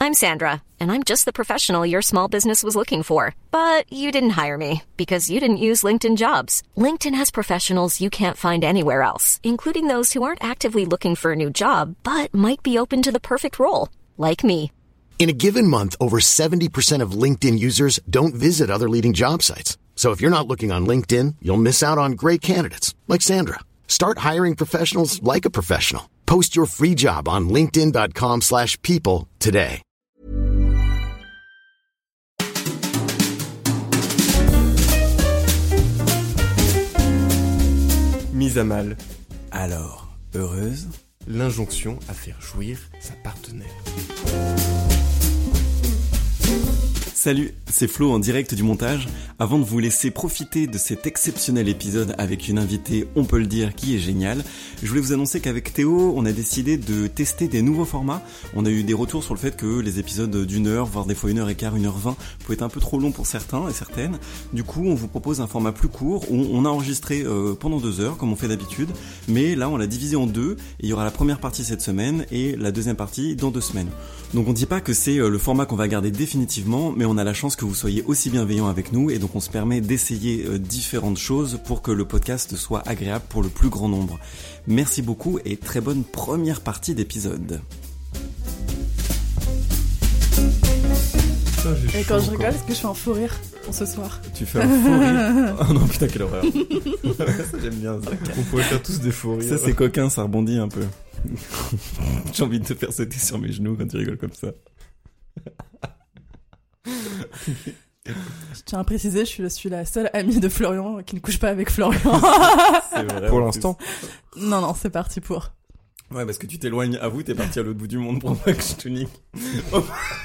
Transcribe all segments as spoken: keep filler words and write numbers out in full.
I'm Sandra, and I'm just the professional your small business was looking for. But you didn't hire me because you didn't use LinkedIn Jobs. LinkedIn has professionals you can't find anywhere else, including those who aren't actively looking for a new job, but might be open to the perfect role, like me. In a given month, over seventy percent of LinkedIn users don't visit other leading job sites. So if you're not looking on LinkedIn, you'll miss out on great candidates, like Sandra. Start hiring professionals like a professional. Post your free job on linkedin.com slash people today. Mise à mal, alors heureuse, l'injonction à faire jouir sa partenaire. Salut, c'est Flo en direct du montage. Avant de vous laisser profiter de cet exceptionnel épisode avec une invitée, on peut le dire, qui est géniale, je voulais vous annoncer qu'avec Théo, on a décidé de tester des nouveaux formats. On a eu des retours sur le fait que les épisodes d'une heure, voire des fois une heure et quart, une heure vingt, pouvaient être un peu trop longs pour certains et certaines. Du coup, on vous propose un format plus court où on a enregistré euh, pendant deux heures, comme on fait d'habitude, mais là, on l'a divisé en deux, et il y aura la première partie cette semaine et la deuxième partie dans deux semaines. Donc on dit pas que c'est euh, le format qu'on va garder définitivement, mais on a la chance que vous soyez aussi bienveillants avec nous, et donc on se permet d'essayer euh, différentes choses pour que le podcast soit agréable pour le plus grand nombre. Merci beaucoup et très bonne première partie d'épisode. Putain, et quand je rigole, est-ce que je fais un faux rire pour ce soir? Tu fais un faux rire? Oh non, putain, quelle horreur. Ça, j'aime bien ça. On pourrait faire tous des faux rires. Ça, c'est coquin, ça rebondit un peu. J'ai envie de te faire sauter sur mes genoux quand tu rigoles comme ça. Je tiens à préciser, je suis, je suis la seule amie de Florian qui ne couche pas avec Florian. C'est vrai. Pour l'instant. Non, non, c'est parti pour. Ouais, parce que tu t'éloignes, avoue, t'es parti à l'autre bout du monde pour pas que je te nique. Oh.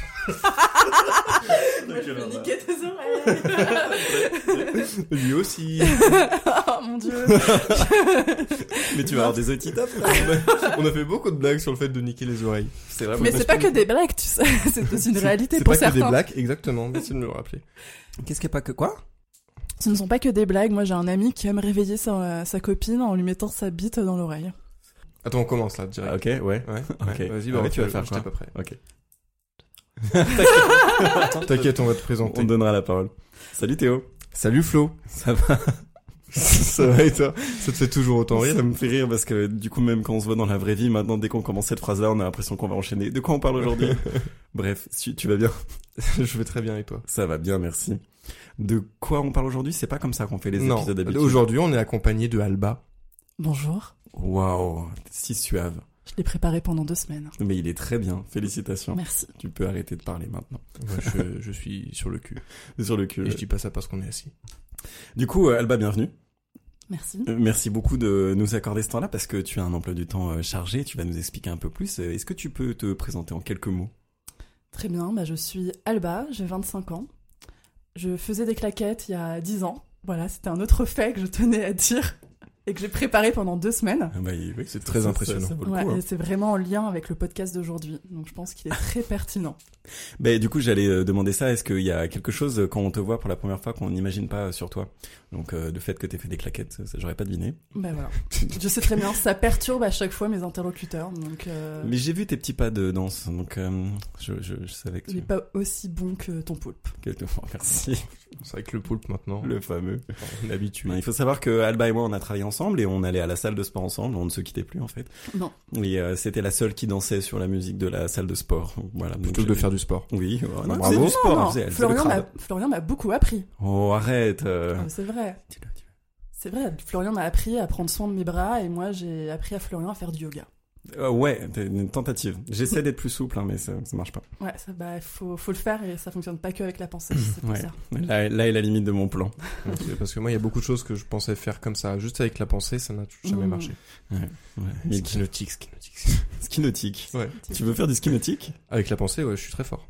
Moi, je vais niquer tes oreilles. Lui aussi. Oh mon dieu. Mais tu vas avoir des otites après. On a fait beaucoup de blagues sur le fait de niquer les oreilles. C'est vrai. Mais c'est pas que des blagues, tu sais. C'est aussi une réalité c'est pour certains. C'est certains. pas que des blagues, exactement. Merci de me le rappeler. Qu'est-ce qui est pas que quoi? Ce ne sont pas que des blagues. Moi, j'ai un ami qui aime réveiller sa, sa copine en lui mettant sa bite dans l'oreille. Attends, on commence là, direct. Ok, ouais. Ouais. Okay. Vas-y, bah, ouais, tu vas faire quoi? J'étais pas prêt. Ok. T'inquiète. T'inquiète, on va te présenter. On donnera la parole. Salut Théo. Salut Flo. Ça va? Ça va et toi? Ça te fait toujours autant rire? Ça me fait rire parce que du coup, même quand on se voit dans la vraie vie, maintenant dès qu'on commence cette phrase-là, on a l'impression qu'on va enchaîner. De quoi on parle aujourd'hui? Bref, tu, tu vas bien? Je vais très bien et toi? Ça va bien, merci. De quoi on parle aujourd'hui? C'est pas comme ça qu'on fait les non. épisodes d'habitude. Aujourd'hui, on est accompagné de Alba. Bonjour. Waouh, si suave. Je l'ai préparé pendant deux semaines. Mais il est très bien, félicitations. Merci. Tu peux arrêter de parler maintenant. Ouais, je, je suis sur le cul. Sur le cul. Et ouais. Je dis pas ça parce qu'on est assis. Du coup, Alba, bienvenue. Merci. Euh, merci beaucoup de nous accorder ce temps-là parce que tu as un emploi du temps chargé. Tu vas nous expliquer un peu plus. Est-ce que tu peux te présenter en quelques mots? Très bien, bah je suis Alba, j'ai vingt-cinq ans. Je faisais des claquettes il y a dix ans. Voilà, c'était un autre fait que je tenais à dire. Et que j'ai préparé pendant deux semaines. Ah bah oui, c'est très ça, impressionnant. Ça, ça ouais, coup, hein. Et c'est vraiment en lien avec le podcast d'aujourd'hui. Donc je pense qu'il est très pertinent. Bah, du coup, j'allais euh, demander ça. Est-ce qu'il y a quelque chose, quand on te voit pour la première fois, qu'on n'imagine pas sur toi? Donc euh, le fait que t'aies fait des claquettes, ça, j'aurais pas deviné. Bah voilà. Je sais très bien, ça perturbe à chaque fois mes interlocuteurs. Donc, euh... Mais j'ai vu tes petits pas de danse, donc euh, je, je, je savais que tu... Il n'est pas aussi bon que ton poulpe. Que... Oh, merci. C'est vrai que le poulpe maintenant. Le fameux. On est habitué. Il faut savoir que Alba et moi, on a travaillé ensemble et on allait à la salle de sport ensemble. On ne se quittait plus en fait. Non. Et euh, c'était la seule qui dansait sur la musique de la salle de sport. Voilà. Plutôt que de faire du sport. Oui. Ouais, non, bravo. Du sport, non, non. Elle faisait, elle Florian, m'a, Florian m'a beaucoup appris. Oh arrête. Euh... Non, c'est vrai. Dis-le, dis-le. C'est vrai. Florian m'a appris à prendre soin de mes bras et moi j'ai appris à Florian à faire du yoga. Euh, ouais, une tentative. J'essaie d'être plus souple, hein, mais ça, ça marche pas. Ouais, ça, bah, faut, faut le faire et ça fonctionne pas que avec la pensée. C'est pour ouais. ça. Là, là est la limite de mon plan. Okay, parce que moi, il y a beaucoup de choses que je pensais faire comme ça, juste avec la pensée, ça n'a jamais mmh. marché. Ouais. ouais. Ski nautique, ski nautique. Ski nautique. Ouais. Tu veux faire du ski nautique? Avec la pensée, ouais, je suis très fort.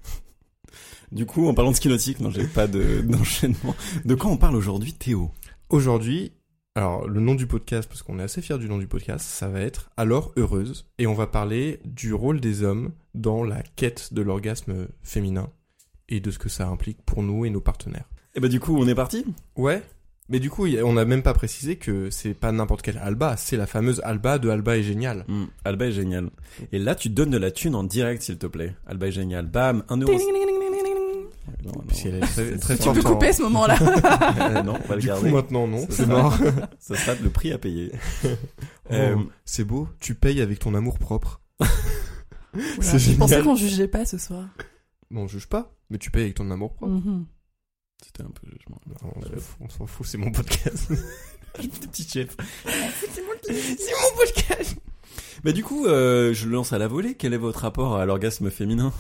Du coup, en parlant de ski nautique, non, j'ai pas de, d'enchaînement. De quoi on parle aujourd'hui, Théo? Aujourd'hui, alors, le nom du podcast, parce qu'on est assez fiers du nom du podcast, ça va être « Alors heureuse ». Et on va parler du rôle des hommes dans la quête de l'orgasme féminin et de ce que ça implique pour nous et nos partenaires. Et bah du coup, on est parti? Ouais. Mais du coup, on n'a même pas précisé que c'est pas n'importe quelle Alba, c'est la fameuse Alba de Alba est génial. Mmh, Alba est génial. Et là, tu donnes de la thune en direct, s'il te plaît. Alba est génial. Bam, un euro. Non, non. Puisqu'elle est très, très Tu forte. peux couper en... ce moment-là. euh, non, on va le Du garder. coup, maintenant, non, Ça c'est sera- mort. Ça sera le prix à payer. Oh, Euh, c'est beau, tu payes avec ton amour propre. Oula, C'est je pensais génial. qu'on jugeait pas ce soir. Bon, on juge pas, mais tu payes avec ton amour propre. Mhm. C'était un peu jugement. Non, on s'en fout, on s'en fout, c'est mon podcast. Petit chef. c'est mon podcast. Bah du coup, euh, je le lance à la volée. Quel est votre rapport à l'orgasme féminin?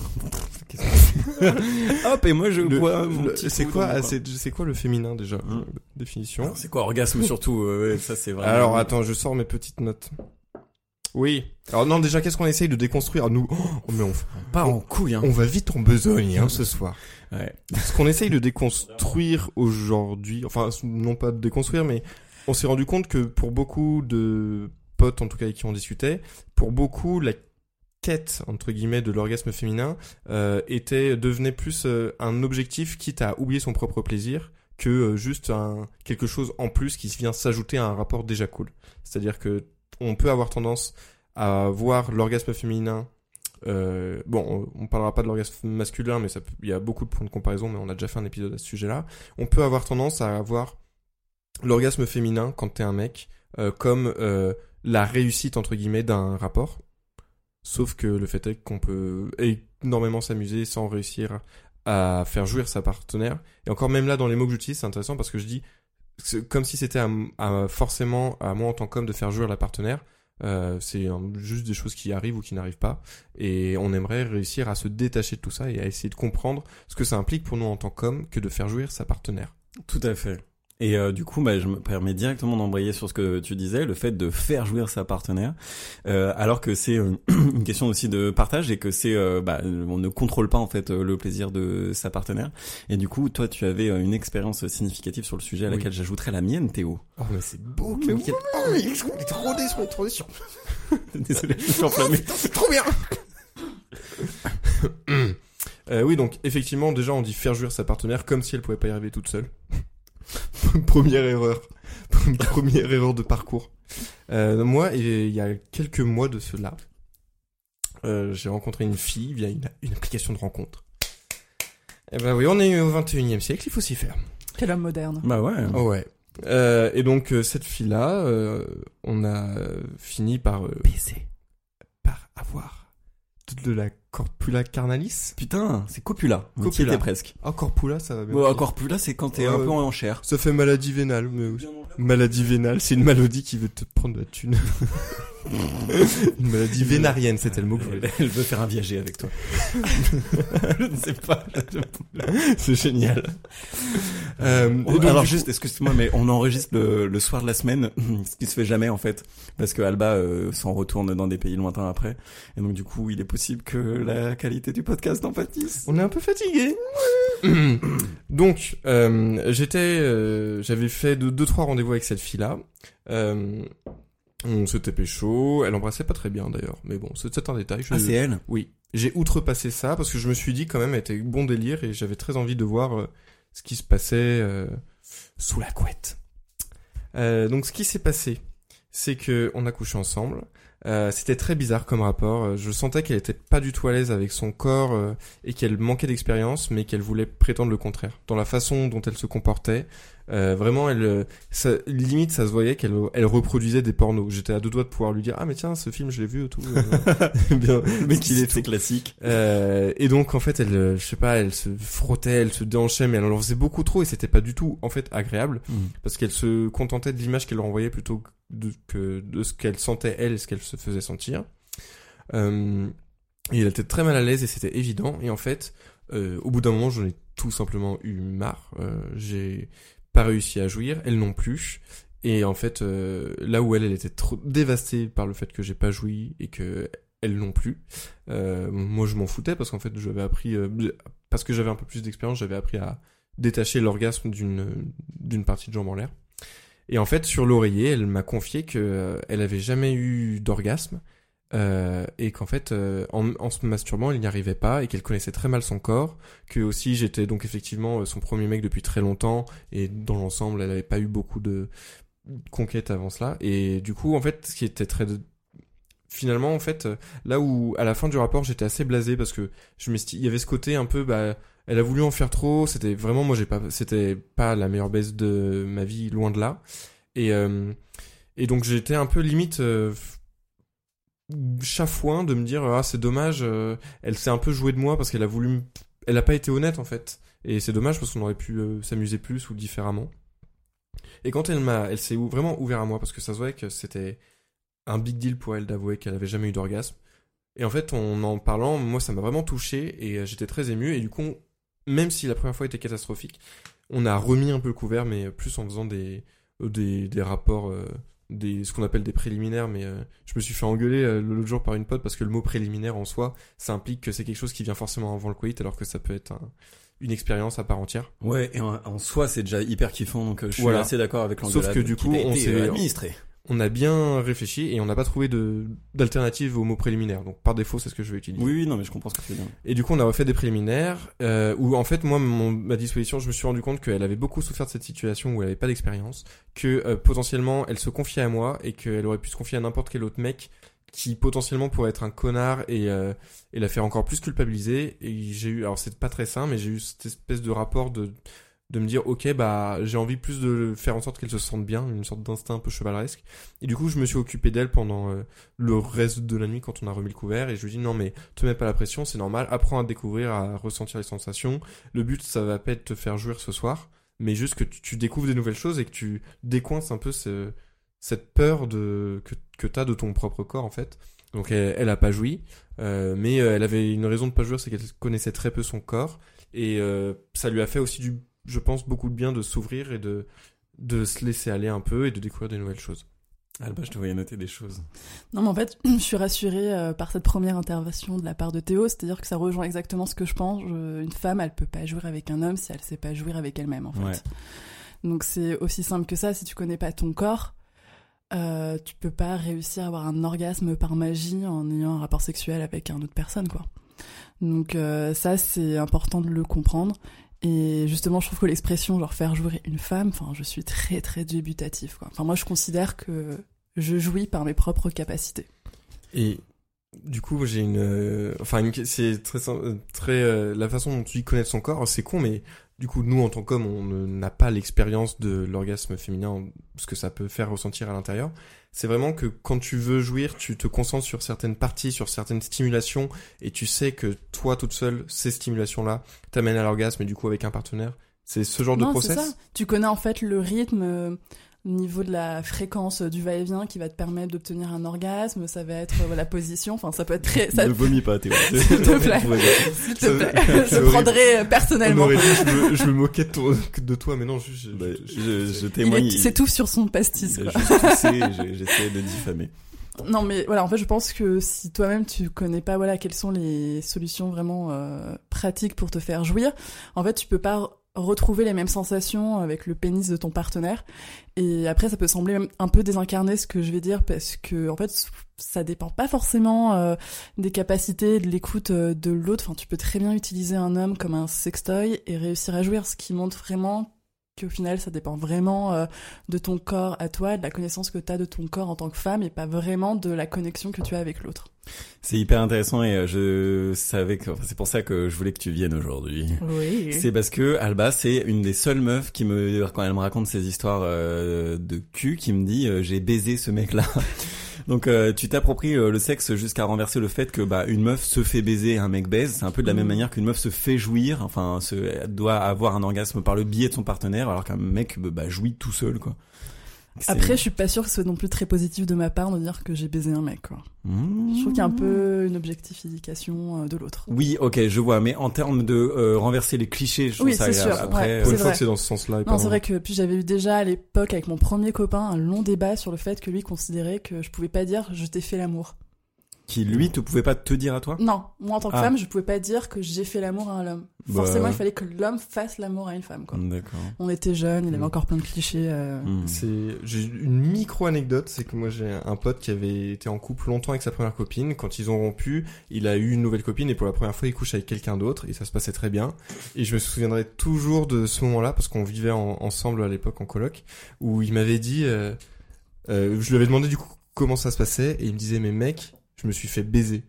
Hop, et moi je Le- bois mon le- petit c'est coup quoi, dans mon ah, coin. c'est, c'est quoi le féminin déjà? Hum. euh, Définition. Alors, c'est quoi orgasme surtout? euh, ouais, ça c'est vraiment. Alors attends, je sors mes petites notes. Oui. Alors non, déjà qu'est-ce qu'on essaye de déconstruire nous? Oh, mais on, pas en couille, hein. on va vite en besogne hein, ce soir. Ouais. Ce qu'on essaye de déconstruire aujourd'hui, enfin non pas de déconstruire, mais on s'est rendu compte que pour beaucoup de potes, en tout cas avec qui on discutait, pour beaucoup la quête entre guillemets de l'orgasme féminin euh, était devenait plus euh, un objectif, quitte à oublier son propre plaisir, que euh, juste un quelque chose en plus qui vient s'ajouter à un rapport déjà cool. C'est-à-dire que on peut avoir tendance à voir l'orgasme féminin. Euh, bon, on, on parlera pas de l'orgasme masculin, mais ça, peut- il y a beaucoup de points de comparaison, mais on a déjà fait un épisode à ce sujet-là. On peut avoir tendance à avoir l'orgasme féminin quand t'es un mec euh, comme euh, la réussite entre guillemets d'un rapport. Sauf que le fait est qu'on peut énormément s'amuser sans réussir à faire jouir sa partenaire. Et encore même là, dans les mots que j'utilise, c'est intéressant parce que je dis c'est comme si c'était à, à- forcément à moi en tant qu'homme de faire jouir la partenaire. Euh, c'est euh, juste des choses qui arrivent ou qui n'arrivent pas. Et on aimerait réussir à se détacher de tout ça et à essayer de comprendre ce que ça implique pour nous en tant qu'homme que de faire jouir sa partenaire. Tout à fait. Et euh, du coup, bah, je me permets directement d'embrayer sur ce que tu disais, le fait de faire jouir sa partenaire, euh, alors que c'est euh, une question aussi de partage et que c'est, euh, bah, on ne contrôle pas en fait euh, le plaisir de sa partenaire. Et du coup, toi, tu avais euh, une expérience significative sur le sujet à Oui. laquelle j'ajouterais la mienne, Théo. Oh mais c'est beau, Mais Mickaël. Oh mais je suis trop déçu sur les transitions. Désolé, je me suis enflammé. C'est trop bien. euh, oui, donc effectivement, déjà on dit faire jouir sa partenaire comme si elle pouvait pas y arriver toute seule. Première erreur. Première erreur de parcours. Euh, moi, il y a quelques mois de cela, euh, j'ai rencontré une fille via une, une application de rencontre. Eh ben oui, on est au vingt et unième siècle, il faut s'y faire. Quel homme moderne. Bah ouais. Oh ouais. Euh, et donc euh, cette fille-là, euh, on a euh, fini par euh, Baiser. par avoir de, de la corpula carnalis. Putain, c'est copula. On y Copula. était presque. Ah, corpula, ça va bien. Bon, encore plus là, c'est quand t'es Ouais, un ouais. peu en chair. Ça fait maladie vénale, mais oui. Maladie vénale, c'est une maladie qui veut te prendre de la thune. Une maladie vénarienne, c'était le mot que je voulais dire. Elle veut faire un viager avec toi. Je ne sais pas. C'est génial. Euh, et Oh, donc, alors du juste, excuse-moi, mais on enregistre le, le soir de la semaine, ce qui se fait jamais en fait, parce que Alba euh, s'en retourne dans des pays lointains après, et donc du coup, il est possible que la qualité du podcast en pâtisse. On est un peu fatigué. Donc, euh, j'étais, euh, j'avais fait deux, deux, trois rendez-vous avec cette fille-là. Euh, on s'était pécho. Elle embrassait pas très bien d'ailleurs, mais bon, c'est, c'est un détail. Je- Ah, c'est elle. Oui, j'ai outrepassé ça parce que je me suis dit quand même, elle était bon délire et j'avais très envie de voir euh, ce qui se passait euh, sous la couette. Euh, donc, ce qui s'est passé, c'est que on a couché ensemble. Euh, c'était très bizarre comme rapport. Euh, Je sentais qu'elle était pas du tout à l'aise avec son corps euh, et qu'elle manquait d'expérience, mais qu'elle voulait prétendre le contraire. Dans la façon dont elle se comportait, euh, vraiment, elle, euh, ça, limite, ça se voyait qu'elle, elle reproduisait des pornos. J'étais à deux doigts de pouvoir lui dire ah mais tiens, ce film je l'ai vu et tout. Euh, bien, Le mec, il est tout. très classique. Euh, et donc en fait, elle, euh, je sais pas, elle se frottait, elle se déhanchait, mais elle en faisait beaucoup trop et c'était pas du tout en fait agréable parce qu'elle se contentait de l'image qu'elle renvoyait plutôt que de, que de ce qu'elle sentait elle et ce qu'elle se faisait sentir. Euh, et elle était très mal à l'aise et c'était évident. Et en fait, euh, au bout d'un moment, j'en ai tout simplement eu marre. Euh, j'ai pas réussi à jouir, elle non plus. Et en fait, euh, là où elle, elle était trop dévastée par le fait que j'ai pas joui et que elle non plus. Euh, moi, je m'en foutais parce qu'en fait, j'avais appris, euh, parce que j'avais un peu plus d'expérience, j'avais appris à détacher l'orgasme d'une d'une partie de jambe en l'air. Et en fait, sur l'oreiller, elle m'a confié que euh, elle avait jamais eu d'orgasme Euh, et qu'en fait, euh, en, en se masturbant, il n'y arrivait pas et qu'elle connaissait très mal son corps, que aussi j'étais donc effectivement son premier mec depuis très longtemps et dans l'ensemble, elle n'avait pas eu beaucoup de conquêtes avant cela. Et du coup, en fait, ce qui était très... Finalement, en fait, là où à la fin du rapport, j'étais assez blasé parce que je me suis... il y avait ce côté un peu... bah elle a voulu en faire trop, c'était vraiment... Moi, j'ai pas... c'était pas la meilleure baisse de ma vie, loin de là. Et, euh... et donc, j'étais un peu limite... Euh... chafouin de me dire ah c'est dommage euh, elle s'est un peu jouée de moi parce qu'elle a voulu m... elle a pas été honnête en fait et c'est dommage parce qu'on aurait pu euh, s'amuser plus ou différemment. Et quand elle m'a elle s'est ou... vraiment ouverte à moi parce que ça se voyait que c'était un big deal pour elle d'avouer qu'elle avait jamais eu d'orgasme et en fait en en parlant moi ça m'a vraiment touché et euh, j'étais très ému et du coup même si la première fois était catastrophique on a remis un peu le couvert mais plus en faisant des euh, des, des rapports euh, des ce qu'on appelle des préliminaires mais euh, je me suis fait engueuler euh, l'autre jour par une pote parce que le mot préliminaire en soi ça implique que c'est quelque chose qui vient forcément avant le coït alors que ça peut être un, une expérience à part entière. Ouais, et en, en soi c'est déjà hyper kiffant donc euh, je suis voilà. assez d'accord avec l'engueulade. Sauf que du coup on s'est administré. On a bien réfléchi et on n'a pas trouvé de d'alternative au mot préliminaire. Donc par défaut, c'est ce que je vais utiliser. Oui, oui, non, mais je comprends ce que tu veux dire. Et du coup, on a refait des préliminaires euh, où en fait, moi, mon, ma disposition, je me suis rendu compte qu'elle avait beaucoup souffert de cette situation où elle avait pas d'expérience, que euh, potentiellement, elle se confiait à moi et qu'elle aurait pu se confier à n'importe quel autre mec qui potentiellement pourrait être un connard et, euh, et la faire encore plus culpabiliser. Et j'ai eu, alors c'est pas très sain, mais j'ai eu cette espèce de rapport de de me dire ok bah j'ai envie plus de faire en sorte qu'elle se sente bien, une sorte d'instinct un peu chevaleresque et du coup je me suis occupé d'elle pendant euh, le reste de la nuit quand on a remis le couvert et je lui dis non mais te mets pas la pression, c'est normal, apprends à découvrir, à ressentir les sensations, le but ça va pas être de te faire jouir ce soir mais juste que tu, tu découvres des nouvelles choses et que tu décoinces un peu ce, cette peur de que, que t'as de ton propre corps en fait. Donc elle, elle a pas joui euh, mais euh, elle avait une raison de pas jouir, c'est qu'elle connaissait très peu son corps et euh, ça lui a fait aussi du je pense beaucoup de bien de s'ouvrir et de, de se laisser aller un peu et de découvrir des nouvelles choses. Alba, je te voyais noter des choses. Non, mais en fait, je suis rassurée euh, par cette première intervention de la part de Théo, c'est-à-dire que ça rejoint exactement ce que je pense. Je, une femme, elle peut pas jouir avec un homme si elle sait pas jouir avec elle-même, en fait. Ouais. Donc c'est aussi simple que ça, si tu connais pas ton corps, euh, tu peux pas réussir à avoir un orgasme par magie en ayant un rapport sexuel avec une autre personne, quoi. Donc euh, ça, c'est important de le comprendre. Et justement, je trouve que l'expression genre faire jouir une femme, enfin, je suis très très débutatif, quoi. Enfin, moi, je considère que je jouis par mes propres capacités. Et du coup, j'ai une, euh, enfin, une... c'est très très euh, la façon dont tu dis connaître son corps, c'est con, mais du coup, nous en tant qu'hommes, on n'a pas l'expérience de l'orgasme féminin, ce que ça peut faire ressentir à l'intérieur. C'est vraiment que quand tu veux jouir, tu te concentres sur certaines parties, sur certaines stimulations, et tu sais que toi, toute seule, ces stimulations-là t'amènent à l'orgasme, et du coup, avec un partenaire, c'est ce genre non, de process. C'est ça. Tu connais en fait le rythme, euh, au niveau de la fréquence du va-et-vient qui va te permettre d'obtenir un orgasme, ça va être euh, la position, enfin, ça peut être très... Ça... Ne vomis pas, Théo. S'il te plaît, s'il te plaît, je prendrai personnellement. On aurait dit, je, me, je me moquais de, ton, de toi, mais non, je, je, bah, je, je, je, je il témoigne. est, c'est tout sur son pastis, quoi. Je sais, j'essaie de diffamer. Non, mais voilà, en fait, je pense que si toi-même tu connais pas, voilà, quelles sont les solutions vraiment euh, pratiques pour te faire jouir, en fait, tu peux pas retrouver les mêmes sensations avec le pénis de ton partenaire. Et après, ça peut sembler même un peu désincarné ce que je vais dire, parce que en fait, ça dépend pas forcément euh, des capacités, de l'écoute euh, de l'autre. Enfin, tu peux très bien utiliser un homme comme un sextoy et réussir à jouir, ce qui montre vraiment qu'au final, ça dépend vraiment euh, de ton corps à toi, de la connaissance que tu as de ton corps en tant que femme, et pas vraiment de la connexion que tu as avec l'autre. C'est hyper intéressant et je savais que, enfin, c'est pour ça que je voulais que tu viennes aujourd'hui. Oui. C'est parce que Alba, c'est une des seules meufs qui me, quand elle me raconte ses histoires euh, de cul, qui me dit euh, j'ai baisé ce mec-là. Donc euh, tu t'appropries euh, le sexe jusqu'à renverser le fait que bah une meuf se fait baiser, un mec baise. C'est un peu de la mmh. même manière qu'une meuf se fait jouir. Enfin, se, doit avoir un orgasme par le biais de son partenaire, alors qu'un mec bah jouit tout seul, quoi. C'est... Après, je suis pas sûre que ce soit non plus très positif de ma part de dire que j'ai baisé un mec, quoi. Mmh. Je trouve qu'il y a un peu une objectification de l'autre. Oui, ok, je vois, mais en termes de euh, renverser les clichés, je trouve oui, ça c'est sûr. Après, ouais, euh... pour une vrai. fois que c'est dans ce sens-là. Non, c'est vrai que puis j'avais eu déjà à l'époque avec mon premier copain un long débat sur le fait que lui considérait que je pouvais pas dire je t'ai fait l'amour. Qui, lui, te pouvait pas te dire à toi? Non, moi en tant que Ah. femme, je pouvais pas dire que j'ai fait l'amour à un homme. Bah, Forcément, ouais. il fallait que l'homme fasse l'amour à une femme, quoi. D'accord. On était jeunes, il avait Mm. encore plein de clichés. Euh... Hmm. C'est, j'ai une micro-anecdote, c'est que moi j'ai un pote qui avait été en couple longtemps avec sa première copine. Quand ils ont rompu, il a eu une nouvelle copine et pour la première fois il couche avec quelqu'un d'autre et ça se passait très bien. Et je me souviendrai toujours de ce moment-là parce qu'on vivait en- ensemble à l'époque en coloc où il m'avait dit, euh, euh, je lui avais demandé du coup comment ça se passait et il me disait mais mec, je me suis fait baiser.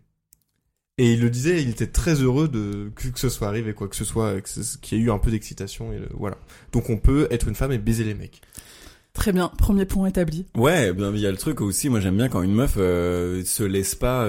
Et il le disait, et il était très heureux de que, que ce soit arrivé, quoi, que ce soit que ce- qu'il y ait eu un peu d'excitation et euh, voilà. Donc on peut être une femme et baiser les mecs. Très bien, premier point établi. Ouais, ben il y a le truc aussi, moi j'aime bien quand une meuf euh, se laisse pas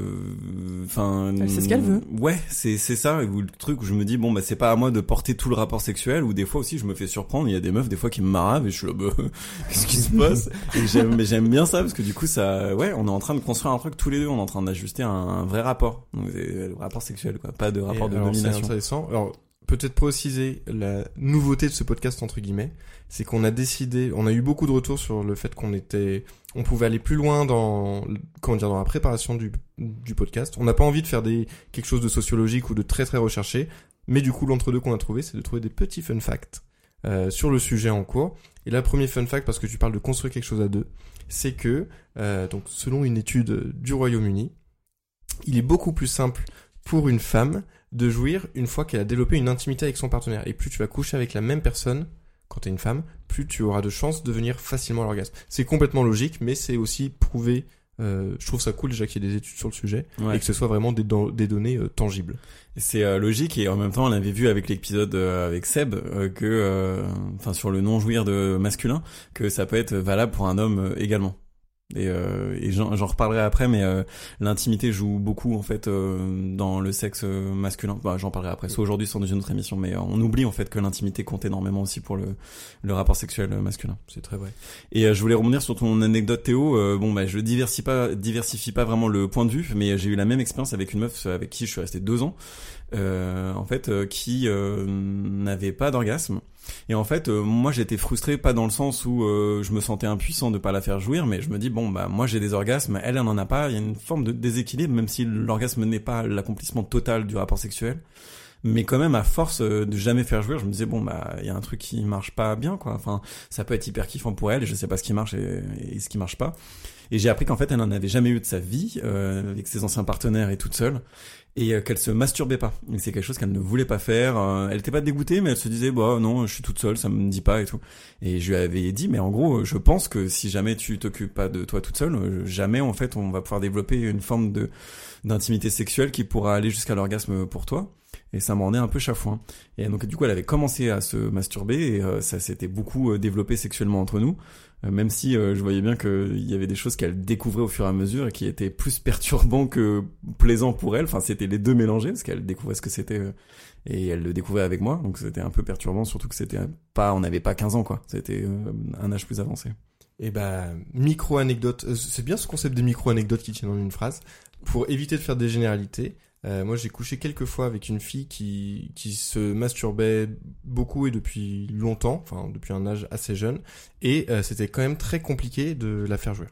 enfin Elle sait ce qu'elle veut. Ouais, c'est c'est ça, ou le truc où je me dis bon bah c'est pas à moi de porter tout le rapport sexuel, ou des fois aussi je me fais surprendre, il y a des meufs des fois qui me maravent et je suis là bah qu'est-ce qui se passe? Et j'aime mais j'aime bien ça parce que du coup ça ouais, on est en train de construire un truc tous les deux, on est en train d'ajuster un, un vrai rapport. Donc c'est le rapport sexuel quoi, pas de rapport Et de alors, c'est domination. intéressant. Alors, peut-être préciser la nouveauté de ce podcast, entre guillemets, c'est qu'on a décidé, on a eu beaucoup de retours sur le fait qu'on était, on pouvait aller plus loin dans, comment dire, dans la préparation du, du podcast. On n'a pas envie de faire des, quelque chose de sociologique ou de très très recherché, mais du coup, l'entre-deux qu'on a trouvé, c'est de trouver des petits fun facts, euh, sur le sujet en cours. Et là, premier fun fact, parce que tu parles de construire quelque chose à deux, c'est que, euh, donc, selon une étude du Royaume-Uni, il est beaucoup plus simple pour une femme de jouir une fois qu'elle a développé une intimité avec son partenaire. Et plus tu vas coucher avec la même personne, quand t'es une femme, plus tu auras de chances de venir facilement à l'orgasme. C'est complètement logique, mais c'est aussi prouvé. Euh, je trouve ça cool déjà qu'il y ait des études sur le sujet Ouais. et que ce soit vraiment des, do- des données euh, tangibles. C'est euh, logique et en même temps on avait vu avec l'épisode euh, avec Seb euh, que enfin sur le non jouir de masculin que ça peut être valable pour un homme euh, également. Et, euh, et j'en, j'en reparlerai après, mais euh, l'intimité joue beaucoup en fait euh, dans le sexe euh, masculin. Bah, j'en parlerai après, soit aujourd'hui, soit dans une autre émission, mais euh, on oublie en fait que l'intimité compte énormément aussi pour le, le rapport sexuel euh, masculin. C'est très vrai. Et euh, je voulais rebondir sur ton anecdote Théo. Euh, bon bah je diversifie pas, diversifie pas vraiment le point de vue, mais j'ai eu la même expérience avec une meuf avec qui je suis resté deux ans, euh, en fait, euh, qui euh, n'avait pas d'orgasme. Et en fait, euh, moi j'étais frustré, pas dans le sens où euh, je me sentais impuissant de pas la faire jouir, mais je me dis bon bah moi j'ai des orgasmes, elle elle en a pas, il y a une forme de déséquilibre, même si l'orgasme n'est pas l'accomplissement total du rapport sexuel. Mais quand même, à force euh, de jamais faire jouir, je me disais bon bah il y a un truc qui marche pas bien quoi. Enfin, ça peut être hyper kiffant pour elle, et je sais pas ce qui marche et, et ce qui marche pas. Et j'ai appris qu'en fait elle n'en avait jamais eu de sa vie euh, avec ses anciens partenaires et toute seule, et euh, qu'elle se masturbait pas. Et c'est quelque chose qu'elle ne voulait pas faire. Euh, elle était pas dégoûtée, mais elle se disait bah non, je suis toute seule, ça me dit pas et tout. Et je lui avais dit mais en gros, je pense que si jamais tu t'occupes pas de toi toute seule, euh, jamais en fait on va pouvoir développer une forme de d'intimité sexuelle qui pourra aller jusqu'à l'orgasme pour toi. Et ça m'en est un peu chafouin. Et donc du coup elle avait commencé à se masturber et euh, ça s'était beaucoup euh, développé sexuellement entre nous, euh, même si euh, je voyais bien qu'il y avait des choses qu'elle découvrait au fur et à mesure et qui étaient plus perturbants que plaisants pour elle. Enfin c'était les deux mélangés parce qu'elle découvrait ce que c'était euh, et elle le découvrait avec moi, donc c'était un peu perturbant, surtout que c'était pas, on n'avait pas quinze ans quoi, c'était euh, un âge plus avancé. Et bah, micro-anecdote, euh, c'est bien ce concept des micro-anecdotes qui tiennent en une phrase. Pour éviter de faire des généralités, euh, moi j'ai couché quelques fois avec une fille qui, qui se masturbait beaucoup et depuis longtemps, enfin depuis un âge assez jeune, et euh, c'était quand même très compliqué de la faire jouer.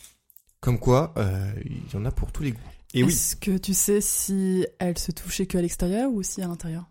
Comme quoi, euh, il y en a pour tous les goûts. Et oui. Est-ce que tu sais si elle se touchait que à l'extérieur ou aussi à l'intérieur?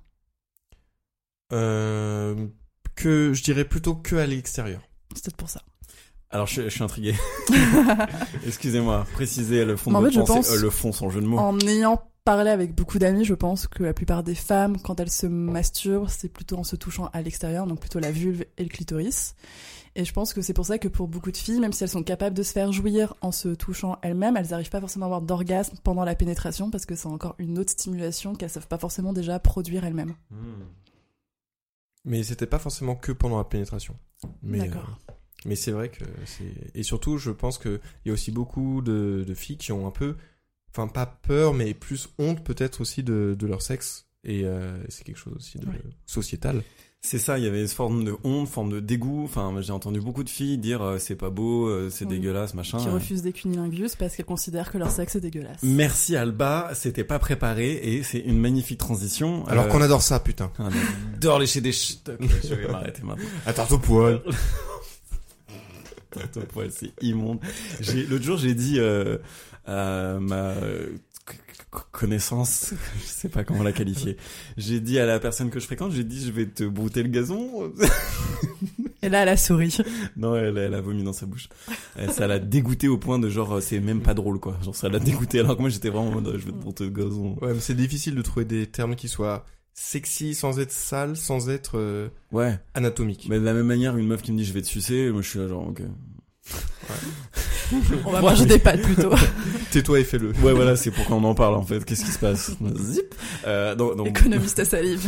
Euh, que je dirais plutôt que à l'extérieur. C'est peut-être pour ça. Alors je, je suis intrigué. Excusez-moi, précisez le fond Mais de en votre fait, je pensée, pense- euh, le fond sans jeu de mots. En ayant parlé avec beaucoup d'amis, je pense que la plupart des femmes, quand elles se masturbent, c'est plutôt en se touchant à l'extérieur, donc plutôt la vulve et le clitoris. Et je pense que c'est pour ça que pour beaucoup de filles, même si elles sont capables de se faire jouir en se touchant elles-mêmes, elles n'arrivent pas forcément à avoir d'orgasme pendant la pénétration parce que c'est encore une autre stimulation qu'elles savent pas forcément déjà produire elles-mêmes. Hmm. Mais c'était pas forcément que pendant la pénétration. Mais, D'accord. euh, mais c'est vrai que c'est... Et surtout, je pense qu'il y a aussi beaucoup de, de filles qui ont un peu... Enfin, pas peur, mais plus honte peut-être aussi de, de leur sexe. Et euh, c'est quelque chose aussi de Ouais. sociétal. C'est ça, il y avait une forme de honte, forme de dégoût. Enfin, j'ai entendu beaucoup de filles dire euh, c'est pas beau, euh, c'est Oui. dégueulasse, machin. Qui refusent des cunilingus parce qu'elles considèrent que leur sexe est dégueulasse. Merci Alba, c'était pas préparé et c'est une magnifique transition. Alors Euh, qu'on adore ça, putain. on adore lécher des ch... Ok, je vais m'arrêter maintenant. À tarte au poil. Ton poil, c'est immonde. J'ai, l'autre jour, j'ai dit euh, euh, ma euh, connaissance, je sais pas comment la qualifier. J'ai dit à la personne que je fréquente, j'ai dit je vais te brouter le gazon. Et là, elle a souri. Non, elle, elle a vomi dans sa bouche. Et ça l'a dégoûté au point de genre, c'est même pas drôle, quoi. Genre, ça l'a dégoûté alors que moi, j'étais vraiment en mode, je vais te brouter le gazon. Ouais, mais c'est difficile de trouver des termes qui soient sexy sans être sale, sans être euh, ouais. anatomique. Mais de la même manière, une meuf qui me dit je vais te sucer, moi je suis là genre, ok. Ouais. On va manger des pâtes plutôt. Tais-toi et fais-le. Ouais, voilà, c'est pourquoi on en parle en fait. Qu'est-ce qui se passe? Zip. Euh, donc, donc... Économiste à salive.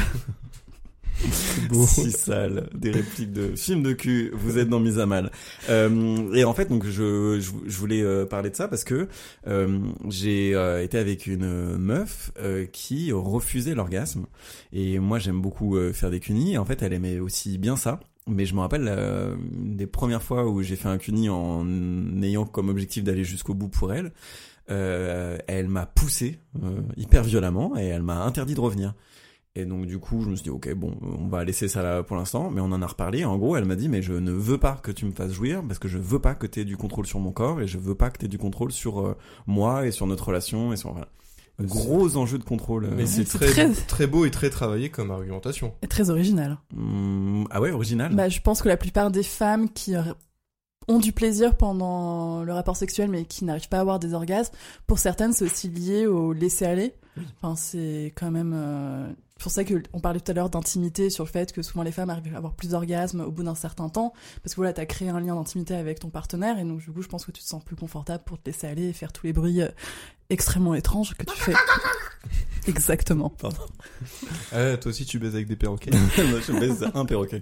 Beau. Si sale, des répliques de films de cul, vous êtes dans Mise à Mal. Euh, et en fait, donc je, je, je voulais euh, parler de ça parce que euh, j'ai euh, été avec une meuf euh, qui refusait l'orgasme. Et moi, j'aime beaucoup euh, faire des cunis. En fait, elle aimait aussi bien ça. Mais je me rappelle euh, des premières fois où j'ai fait un cuni en ayant comme objectif d'aller jusqu'au bout pour elle. Euh, elle m'a poussé euh, hyper violemment et elle m'a interdit de revenir. Et donc du coup, je me suis dit ok, bon, on va laisser ça là pour l'instant, mais on en a reparlé. En gros, elle m'a dit mais je ne veux pas que tu me fasses jouir parce que je veux pas que t'aies du contrôle sur mon corps et je veux pas que t'aies du contrôle sur euh, moi et sur notre relation et sur voilà. Gros enjeu de contrôle. Mais euh, c'est c'est très, très... très beau et très travaillé comme argumentation. Et très original. Mmh, ah ouais, original. Bah, je pense que la plupart des femmes qui ont du plaisir pendant le rapport sexuel mais qui n'arrivent pas à avoir des orgasmes, pour certaines, c'est aussi lié au laisser-aller. Enfin, c'est quand même... Euh... C'est pour ça qu'on parlait tout à l'heure d'intimité, sur le fait que souvent les femmes arrivent à avoir plus d'orgasmes au bout d'un certain temps, parce que voilà, t'as créé un lien d'intimité avec ton partenaire, et donc du coup, je pense que tu te sens plus confortable pour te laisser aller et faire tous les bruits euh, extrêmement étranges que tu fais. Exactement. Pardon. Ah, toi aussi, tu baises avec des perroquets. Moi, je baise un perroquet.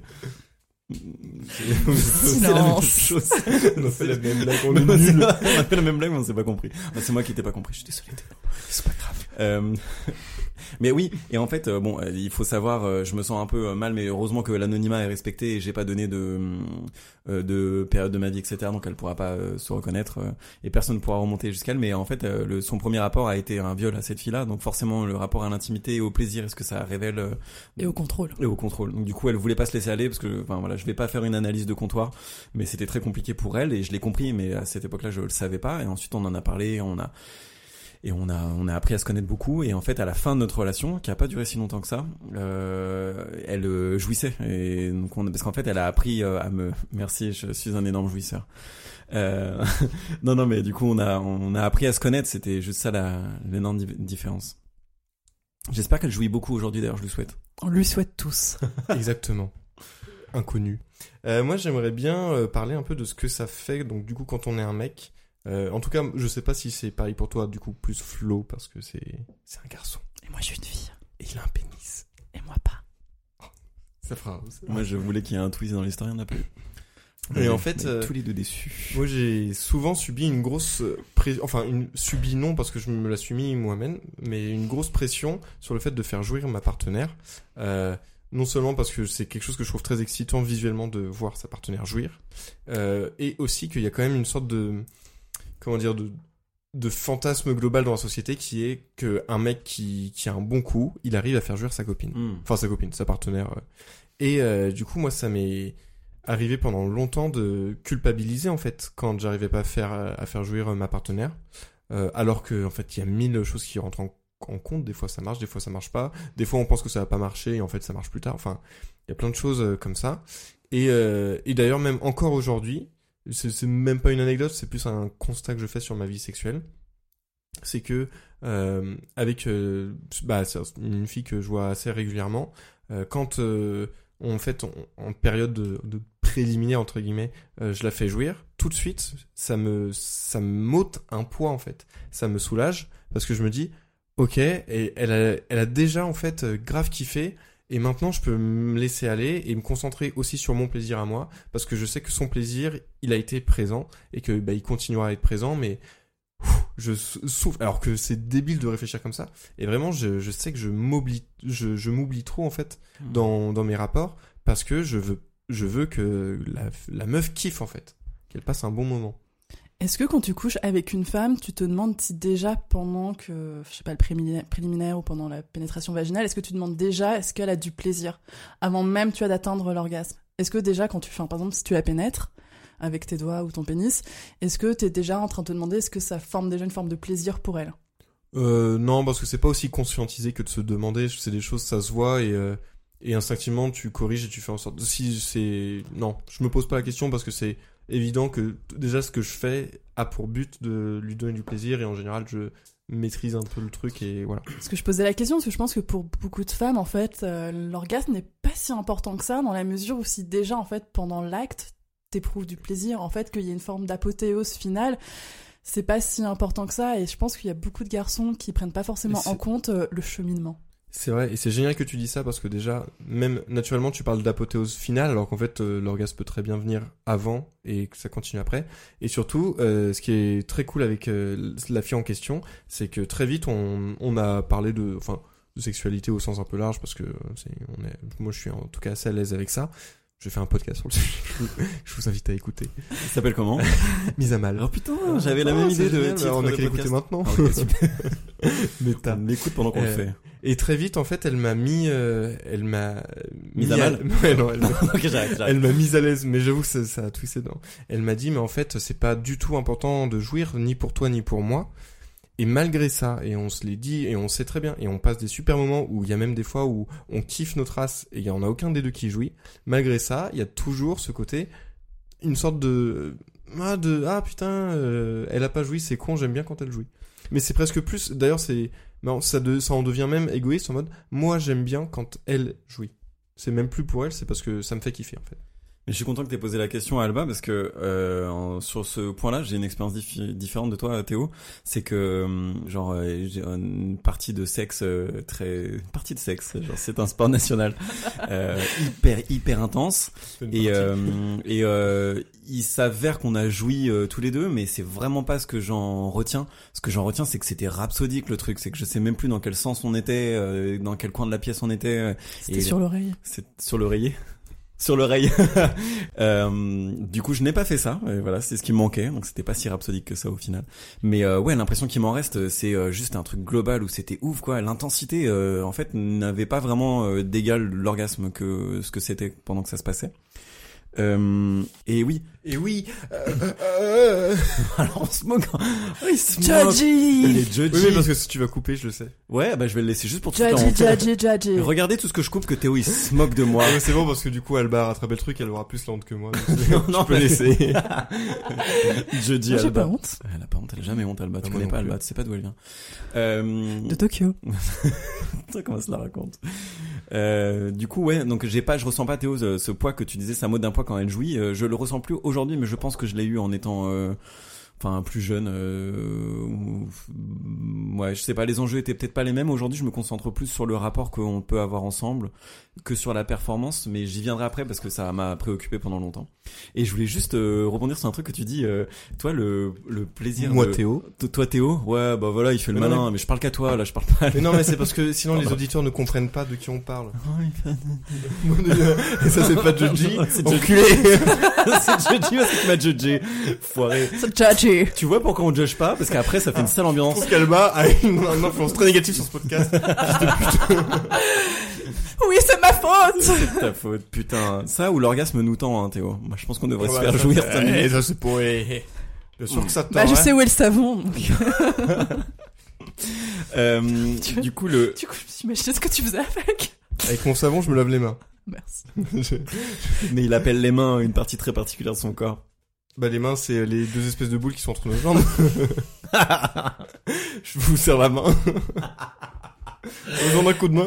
Silence. C'est la même chose. On a fait la même blague, on Non, est c'est nuls. pas- on a fait la même blague, mais on s'est pas compris. Bah, c'est moi qui t'ai pas compris, je suis désolé. Théo. C'est pas grave. Euh, mais oui, et en fait, euh, bon, euh, il faut savoir, euh, je me sens un peu euh, mal, mais heureusement que l'anonymat est respecté et j'ai pas donné de euh, de période de ma vie, et cetera. Donc elle pourra pas euh, se reconnaître euh, et personne ne pourra remonter jusqu'à elle. Mais en fait, euh, le, son premier rapport a été un viol à cette fille-là, donc forcément le rapport à l'intimité et au plaisir, est-ce que ça révèle euh, Et au contrôle. et au contrôle. Donc du coup, elle voulait pas se laisser aller parce que, enfin voilà, je vais pas faire une analyse de comptoir, mais c'était très compliqué pour elle et je l'ai compris. Mais à cette époque-là, je le savais pas. Et ensuite, on en a parlé, on a et on a on a appris à se connaître beaucoup. Et en fait, à la fin de notre relation, qui a pas duré si longtemps que ça, euh, elle euh, jouissait. Et donc on, parce qu'en fait, elle a appris euh, à me. Merci, je suis un énorme jouisseur. Euh... non, non, mais du coup, on a on a appris à se connaître. C'était juste ça la l'énorme di- différence. J'espère qu'elle jouit beaucoup aujourd'hui. D'ailleurs, je lui souhaite. On lui souhaite tous. Exactement. Inconnu. Euh, moi, j'aimerais bien euh, parler un peu de ce que ça fait, donc du coup, quand on est un mec. Euh, en tout cas, je sais pas si c'est pareil pour toi, du coup, plus Flo, parce que c'est c'est un garçon. Et moi, je suis une fille. Et il a un pénis. Et moi, pas. Ça fera... ça- Moi, je voulais qu'il y ait un twist dans l'histoire, il n'y en a plus. Et On en est- fait, on est euh, tous les deux déçus. Moi, j'ai souvent subi une grosse pression, enfin, une subi non parce que je me la suis mis moi-même, mais une grosse pression sur le fait de faire jouir ma partenaire. Euh, non seulement parce que c'est quelque chose que je trouve très excitant visuellement de voir sa partenaire jouir, euh, et aussi qu'il y a quand même une sorte de, comment dire, de, de fantasme global dans la société qui est que un mec qui, qui a un bon coup, il arrive à faire jouir sa copine. Mm. Enfin, sa copine, sa partenaire. euh. Et euh, du coup, moi, ça m'est arrivé pendant longtemps de culpabiliser, en fait, quand j'arrivais pas à faire, à faire jouir euh, ma partenaire. Euh, alors que, en fait, il y a mille choses qui rentrent en, en compte. Des fois, ça marche, des fois, ça marche pas. Des fois, on pense que ça va pas marcher et en fait, ça marche plus tard. Enfin, il y a plein de choses euh, comme ça. Et, euh, et d'ailleurs, même encore aujourd'hui, c'est, c'est même pas une anecdote, c'est plus un constat que je fais sur ma vie sexuelle. C'est que, euh, avec euh, bah, c'est une fille que je vois assez régulièrement, euh, quand euh, en fait, on, en période de, de préliminaire entre guillemets, euh, je la fais jouir. Tout de suite, ça me ça me m'ôte un poids en fait. Ça me soulage parce que je me dis, ok, et elle a elle a déjà en fait euh, grave kiffé. Et maintenant, je peux me laisser aller et me concentrer aussi sur mon plaisir à moi, parce que je sais que son plaisir, il a été présent et que bah, il continuera à être présent, mais ouf, je souffre. Alors que c'est débile de réfléchir comme ça. Et vraiment, je, je sais que je m'oublie, je, je m'oublie trop en fait dans dans mes rapports, parce que je veux je veux que la la meuf kiffe en fait, qu'elle passe un bon moment. Est-ce que quand tu couches avec une femme, tu te demandes si déjà pendant que, je sais pas, le préliminaire, préliminaire ou pendant la pénétration vaginale, est-ce que tu demandes déjà est-ce qu'elle a du plaisir avant même tu as d'atteindre l'orgasme? Est-ce que déjà quand tu fais, par exemple, si tu la pénètres, avec tes doigts ou ton pénis, est-ce que t'es déjà en train de te demander est-ce que ça forme déjà une forme de plaisir pour elle? Euh, non, parce que c'est pas aussi conscientisé que de se demander. C'est des choses, ça se voit et euh, et instinctivement tu corriges et tu fais en sorte. Si c'est non, je me pose pas la question parce que c'est évident que déjà ce que je fais a pour but de lui donner du plaisir et en général je maîtrise un peu le truc et voilà. Parce que je posais la question parce que je pense que pour beaucoup de femmes en fait euh, l'orgasme n'est pas si important que ça dans la mesure où si déjà en fait pendant l'acte t'éprouves du plaisir en fait qu'il y ait une forme d'apothéose finale. C'est pas si important que ça et je pense qu'il y a beaucoup de garçons qui prennent pas forcément en compte euh, le cheminement. C'est vrai, et c'est génial que tu dis ça parce que déjà, même naturellement, tu parles d'apothéose finale, alors qu'en fait, euh, l'orgasme peut très bien venir avant et que ça continue après. Et surtout, euh, ce qui est très cool avec euh, la fille en question, c'est que très vite, on, on a parlé de, enfin, de sexualité au sens un peu large parce que c'est, on est, moi, je suis en tout cas assez à l'aise avec ça. Je fais un podcast sur le sujet. Je vous, je vous invite à écouter. Ça s'appelle comment? Mise à mal. Oh putain, j'avais la même idée de génial, titre on a de qu'à l'écouter podcast. maintenant. Ah, ok, super. Méta. On m'écoute pendant qu'on Euh, le fait. Et très vite, en fait, elle m'a mis, euh, elle m'a Mise mis à mal. Ouais, non, elle m'a, Ok, j'arrête, j'arrête. elle m'a mise à l'aise, mais j'avoue que ça, ça a twissé dedans. Elle m'a dit, mais en fait, c'est pas du tout important de jouir, ni pour toi, ni pour moi. Et malgré ça, et on se l'est dit, et on sait très bien, et on passe des super moments où il y a même des fois où on kiffe notre race, et il y en a aucun des deux qui jouit. Malgré ça, il y a toujours ce côté, une sorte de, ah, de, ah putain, euh, elle a pas joui, c'est con, j'aime bien quand elle jouit. Mais c'est presque plus, d'ailleurs, c'est, non, ça, de, ça en devient même égoïste en mode, moi j'aime bien quand elle jouit. C'est même plus pour elle, c'est parce que ça me fait kiffer en fait. Mais je suis content que t'aies posé la question à Alba parce que euh, en, sur ce point-là, j'ai une expérience diffi- différente de toi, Théo. C'est que genre euh, j'ai une partie de sexe euh, très une partie de sexe, genre c'est un sport national euh, hyper hyper intense et euh, et euh, il s'avère qu'on a joui euh, tous les deux, mais c'est vraiment pas ce que j'en retiens. Ce que j'en retiens, c'est que c'était rhapsodique le truc, c'est que je sais même plus dans quel sens on était, euh, dans quel coin de la pièce on était. C'était et sur l'oreille. C'est sur l'oreiller. Sur l'oreille. euh, du coup, je n'ai pas fait ça. Et voilà, c'est ce qui me manquait. Donc, c'était pas si rhapsodique que ça au final. Mais euh, ouais, l'impression qui m'en reste, c'est euh, juste un truc global où c'était ouf, quoi. L'intensité, euh, en fait, n'avait pas vraiment euh, d'égal l'orgasme que ce que c'était pendant que ça se passait. Euh, et oui. Et oui, euh, euh, Alors, on se moque. Oh, il se moque. Judgy! Il est judgy. oui, mais parce que si tu vas couper, je le sais. Ouais, bah je vais le laisser juste pour toute la Judgy, honte. judgy, judgy. Regardez tout ce que je coupe que Théo il se moque de moi. Ouais, c'est bon parce que du coup, Alba a rattrapé le truc, elle aura plus la honte que moi. Donc c'est- Non, non, tu peux mais- laisser. Jeudi Moi, j'ai Alba. pas honte. Elle a pas honte, elle a jamais honte Alba. Tu moi connais non pas plus. Alba, tu sais pas d'où elle vient. Euh... De Tokyo. Putain, comment ça la raconte. Euh, du coup, ouais, donc j'ai pas, je ressens pas Théo ce, ce poids que tu disais, sa mode d'un poids quand elle jouit. Euh, je le ressens plus aujourd'hui, mais je pense que je l'ai eu en étant, euh, enfin, plus jeune. Euh, ou- ouais, je sais pas, les enjeux étaient peut-être pas les mêmes. Aujourd'hui, je me concentre plus sur le rapport qu'on peut avoir ensemble que sur la performance, mais j'y viendrai après parce que ça m'a préoccupé pendant longtemps. Et je voulais juste euh, rebondir sur un truc que tu dis, euh, toi, le, le plaisir. Moi, de... Théo. T- Toi, Théo. Ouais, bah voilà, il fait le Mais non, malin, mais... je parle qu'à toi, là, je parle pas. À lui. Mais non, mais c'est parce que sinon les Pardon. auditeurs ne comprennent pas de qui on parle. Oh, Et ça, c'est pas Judgy. C'est Enculé. c'est Judgy parce que tu m'as judgé. Foiré. C'est judgy. Tu vois pourquoi on judge pas? Parce qu'après, ça fait une sale Je ambiance. trouve qu'Alba a une, une influence très négative sur ce podcast. Oui, c'est ma faute. C'est ta faute, putain. Ça ou l'orgasme nous tend, hein, Théo. Moi, je pense qu'on devrait se Ouais, faire ça, jouir. c'est- cinq minutes. eh, ça c'est pour... eh, bien sûr que ça te Bah, tord, je hein. sais où est le savon. Donc... Euh, Tu veux- du coup, le... du coup, je me suis imaginé ce que tu faisais avec. Avec mon savon, je me lave les mains. Merci. Je- mais il appelle les mains une partie très particulière de son corps. Bah les mains, c'est les deux espèces de boules qui sont entre nos jambes. Je vous serre la main. J'ai besoin d'un coup de main.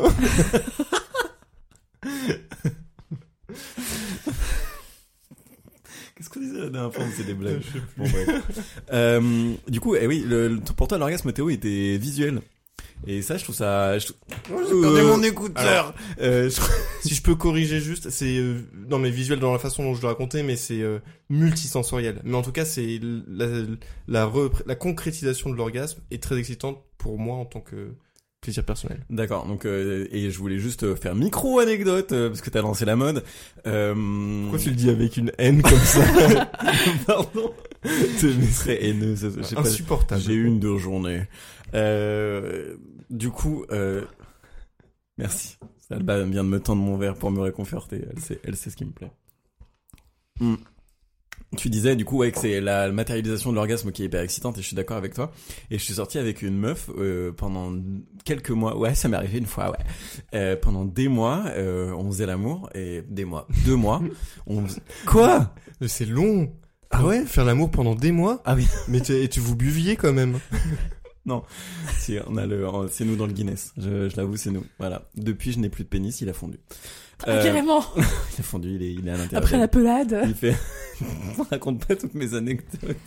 Qu'est-ce qu'on disait la dernière fois? C'est des blagues. Bon, bref. Euh, du coup, eh oui, le, le- pour toi, l'orgasme, Théo, était visuel. Et ça, je trouve ça... Je... J'ai perdu mon écouteur. Alors, euh, je... Si je peux corriger juste, c'est euh, non mais visuel dans la façon dont je le racontais, mais c'est euh, multisensoriel. Mais en tout cas, c'est la la, repré- la concrétisation de l'orgasme est très excitante pour moi en tant que plaisir personnel. D'accord, donc euh, et je voulais juste faire micro anecdote euh, parce que t'as lancé la mode. Euh... Pourquoi tu le dis avec une haine comme ça? Pardon. C'est très haineux. Ça, je sais pas, Insupportable. j'ai eu une dure journée. Euh... Du coup, euh... merci. Alba vient de me tendre mon verre pour me réconforter. Elle sait, elle sait ce qui me plaît. Mm. Tu disais du coup ouais que c'est la matérialisation de l'orgasme qui est hyper excitante et je suis d'accord avec toi. Et je suis sorti avec une meuf euh, pendant quelques mois. Ouais, ça m'est arrivé une fois. Ouais. Euh, pendant des mois, euh, on faisait l'amour et des mois, deux mois. On fais... Quoi ? Mais c'est long. Ah ouais ? Faire l'amour pendant des mois. Ah oui. Mais tu, et tu vous buviez quand même. Non, si on a le, c'est nous dans le Guinness. Je, je l'avoue, c'est nous. Voilà. Depuis, je n'ai plus de pénis, il a fondu. Ah, carrément. Il a fondu, il est, il est à l'intérieur. Après la pelade. Il fait. On raconte pas toutes mes anecdotes.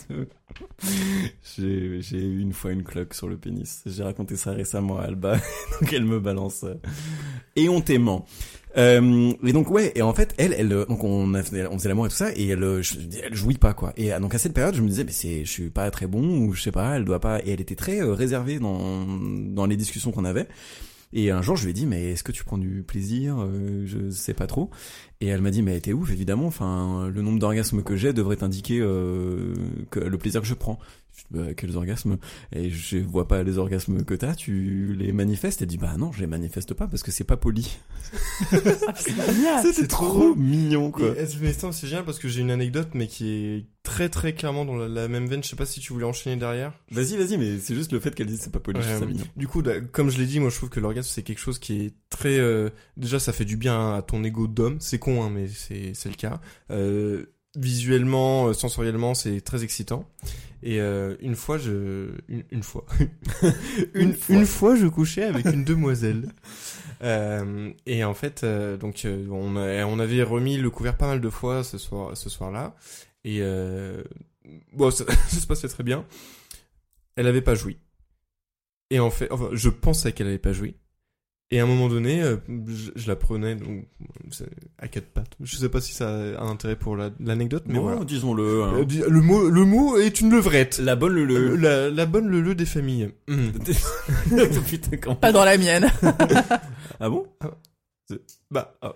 J'ai, j'ai eu une fois une cloque sur le pénis. J'ai raconté ça récemment à Alba, donc elle me balance. Et on t'aimant. Euh, et donc ouais, et en fait elle, elle, donc on a, on faisait l'amour et tout ça, et elle, elle jouit pas quoi. Et donc à cette période, je me disais, mais c'est, je suis pas très bon ou je sais pas, elle doit pas. Et elle était très euh, réservée dans dans les discussions qu'on avait. Et un jour, je lui ai dit, mais est-ce que tu prends du plaisir ? euh, Je sais pas trop. Et elle m'a dit, mais t'es ouf, évidemment. Enfin, le nombre d'orgasmes que j'ai devrait t'indiquer euh, que le plaisir que je prends. Je dis, bah, quels orgasmes ? Et je vois pas les orgasmes que t'as, tu les manifestes ? Elle dit, bah non, je les manifeste pas parce que c'est pas poli. Ah, c'est génial. Ça, c'est trop mignon, quoi. Et, mais ça, c'est génial parce que j'ai une anecdote, mais qui est très très clairement dans la, la même veine. Je sais pas si tu voulais enchaîner derrière. Vas-y, vas-y, mais c'est juste le fait qu'elle dise c'est pas poli, Ouais, je trouve ça mignon. Du coup, là, comme je l'ai dit, moi je trouve que l'orgasme c'est quelque chose qui est très... Euh, déjà, ça fait du bien à ton ego d'homme. C'est con, hein, mais c'est, c'est le cas. Euh, visuellement, sensoriellement, c'est très excitant. Et euh, une fois, je... Une, une fois. une, une, fois. une fois, je couchais avec une demoiselle. Euh, et en fait, euh, donc euh, on, a, on avait remis le couvert pas mal de fois ce soir, ce soir-là. Et euh, bon, ça, ça se passait très bien. Elle avait pas joui. Et en fait, enfin, je pensais qu'elle avait pas joui. Et à un moment donné, euh, je, je la prenais donc à quatre pattes. Je sais pas si ça a un intérêt pour la, l'anecdote, mais bon, voilà. Disons-le. Hein. Euh, le mot, le mot est une levrette. La bonne le le. La, la bonne le le des familles. Mmh. Putain, quand... Pas dans la mienne. Ah bon? Bah. Oh.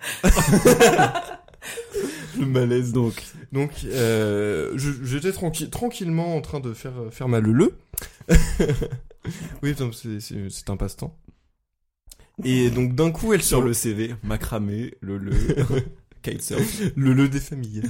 Le malaise donc. Donc, euh, je, j'étais tranquille, tranquillement en train de faire faire ma leu. Oui, c'est, c'est, c'est un passe-temps. Et donc d'un coup, elle sur se... le C V, macramé, le le, kitesurf, le le des familles.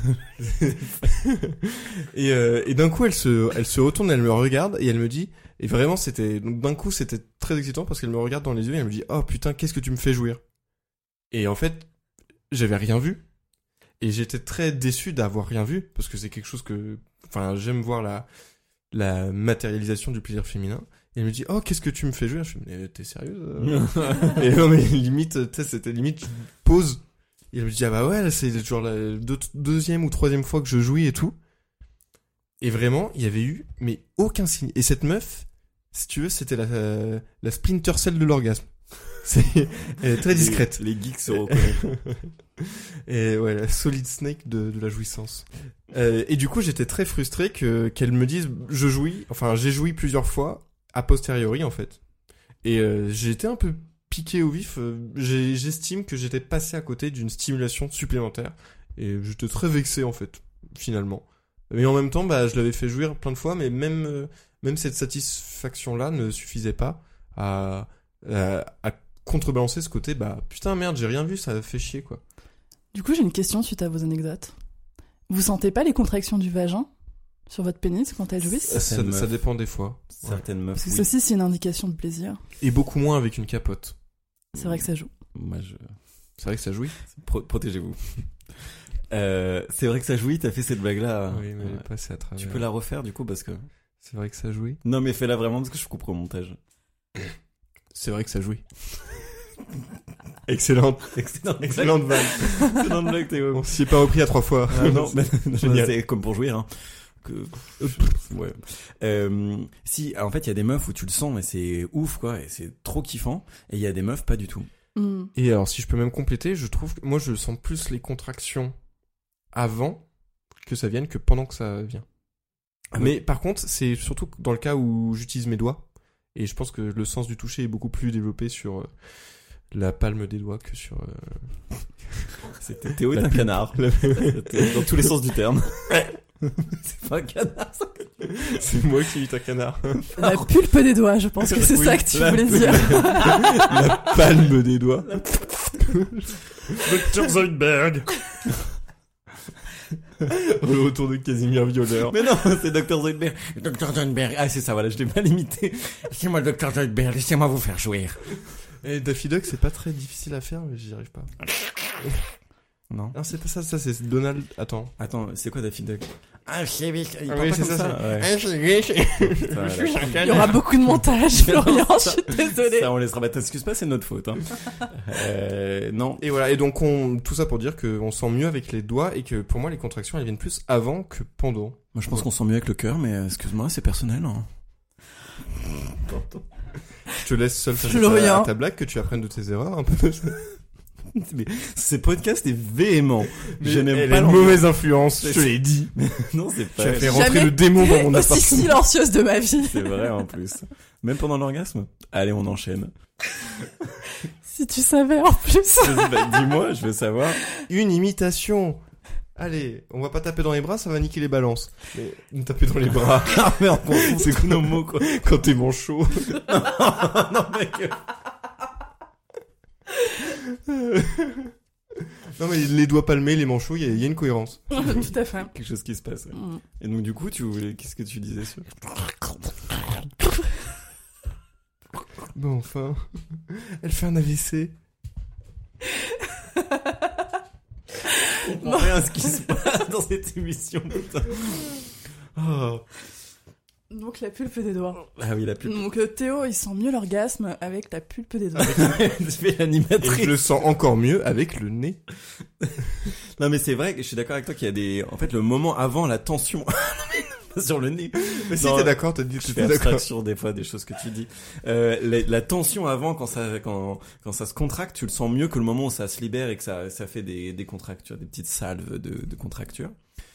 et euh, et d'un coup, elle se elle se retourne, elle me regarde et elle me dit, et vraiment c'était donc d'un coup c'était très excitant parce qu'elle me regarde dans les yeux et elle me dit, oh putain, qu'est-ce que tu me fais jouir. Et en fait, j'avais rien vu et j'étais très déçu d'avoir rien vu parce que c'est quelque chose que, enfin, j'aime voir la la matérialisation du plaisir féminin. Et elle me dit, oh, qu'est-ce que tu me fais jouer? Je me dis, mais t'es sérieuse? Et non, mais limite, tu sais, c'était limite pause. Et elle me dit, ah bah ouais, c'est genre la deux, deuxième ou troisième fois que je jouis et tout. Et vraiment, il y avait eu, mais aucun signe. Et cette meuf, si tu veux, c'était la, euh, la Splinter Cell de l'orgasme. C'est, elle est très discrète. Les, les geeks se reconnaissent. Et ouais, la Solid Snake de, de la jouissance. Euh, et du coup, j'étais très frustré que, qu'elle me dise, je jouis, enfin, j'ai joui plusieurs fois, a posteriori en fait. Et euh, j'ai été un peu piqué au vif. Euh, j'ai, j'estime que j'étais passé à côté d'une stimulation supplémentaire. Et j'étais très vexé en fait, finalement. Mais en même temps, bah, je l'avais fait jouir plein de fois, mais même, euh, même cette satisfaction-là ne suffisait pas à, à, à contrebalancer ce côté, bah putain merde, j'ai rien vu, ça fait chier quoi. Du coup, j'ai une question suite à vos anecdotes. Vous sentez pas les contractions du vagin sur votre pénis quand elle jouisse? Ça, ça, ça dépend des fois. Certaines ouais. meufs. Parce que oui. ceci, c'est une indication de plaisir. Et beaucoup moins avec une capote. C'est vrai que ça joue. Moi, je... C'est vrai que ça jouit. Pro- protégez-vous. euh, c'est vrai que ça jouit, t'as fait cette blague-là. Oui, mais ouais. elle est passée à travers. Tu peux la refaire du coup parce que... C'est vrai que ça jouit. Non mais fais-la vraiment parce que je couperai au montage. C'est vrai que ça jouit. Excellente. Excellente, excellente vanne. Excellente blague, Théo. On s'y est pas repris à trois fois. Ah, non, mais génial. C'est comme pour jouir, hein. Que... ouais. Euh, si, en fait, il y a des meufs où tu le sens, mais c'est ouf, quoi, et c'est trop kiffant. Et il y a des meufs pas du tout. Mm. Et alors, si je peux même compléter, je trouve que moi, je sens plus les contractions avant que ça vienne que pendant que ça vient. Ah, mais par contre, c'est surtout dans le cas où j'utilise mes doigts. Et je pense que le sens du toucher est beaucoup plus développé sur euh, la palme des doigts que sur... Euh... C'était Théo est un canard. Dans tous les sens du terme. C'est pas un canard, ça. C'est moi qui suis un canard. La pulpe des doigts, je pense que c'est oui, ça que tu voulais dire. La palme des doigts. Le Zoidberg. Le retour de Casimir violeur. Mais non, c'est docteur Zoidberg. docteur Zoidberg. Ah, c'est ça, voilà, je l'ai mal imité. C'est moi, docteur Zoidberg, laissez-moi vous faire jouir. Et Daffy Duck, c'est pas très difficile à faire, mais j'y arrive pas. Non. Non, c'est pas ça, ça c'est Donald. Attends. Attends, c'est quoi Daffy Duck? Ah, c'est il Ah parle oui, pas c'est comme ça, ça. c'est- Ouais. Ah, c'est- c'est- Putain, Je suis la- chacun. Il y aura beaucoup de montage, Florian, je suis désolée. Ça, on laissera. Bah, t'excuses pas, c'est notre faute. Hein. euh, non. Et voilà, et donc on, tout ça pour dire qu'on sent mieux avec les doigts et que pour moi les contractions elles viennent plus avant que pendant. Moi, je pense qu'on sent mieux avec le cœur, mais euh, excuse-moi, c'est personnel. Hein. Je te laisse seul face à Florian. ta, à ta blague, que tu apprennes de tes erreurs un peu. Mais ce podcast est véhément. Je n'aime Elle pas a une l'ambiance. mauvaise influence, je te l'ai dit. Non, c'est Tu pas. as fait rentrer Jamais le démon dans mon aussi appartement. silencieuse de ma vie. C'est vrai en plus. Même pendant l'orgasme. Allez, on enchaîne. Si tu savais en plus. Bah, dis-moi, je veux savoir. Une imitation. Allez, on va pas taper dans les bras, ça va niquer les balances. Mais nous taper dans les bras. Ah mais on confond c'est quoi nos mots quoi. Quand t'es manchot. Non mec. Non mais les doigts palmés, les manchots, il y, a- il y a une cohérence. Tout à fait. Quelque chose qui se passe. Ouais. Mm. Et donc du coup, tu voulais qu'est-ce que tu disais sur Bon enfin, elle fait un A V C. Je comprends rien à ce qui se passe dans cette émission putain. Oh. Donc la pulpe des doigts. Ah oui, la pub. Donc euh, Théo, il sent mieux l'orgasme avec la pulpe des doigts. Je fais Et l'animatrice. je le sens encore mieux avec le nez. Non mais c'est vrai que je suis d'accord avec toi qu'il y a des en fait le moment avant la tension sur le nez. Mais si Non, t'es d'accord, t'as dit que Je t'étais fais d'accord. abstraction des fois des choses que tu dis. Euh, la, la tension avant quand ça quand quand ça se contracte, tu le sens mieux que le moment où ça se libère et que ça ça fait des des contractures, des petites salves de de contractures.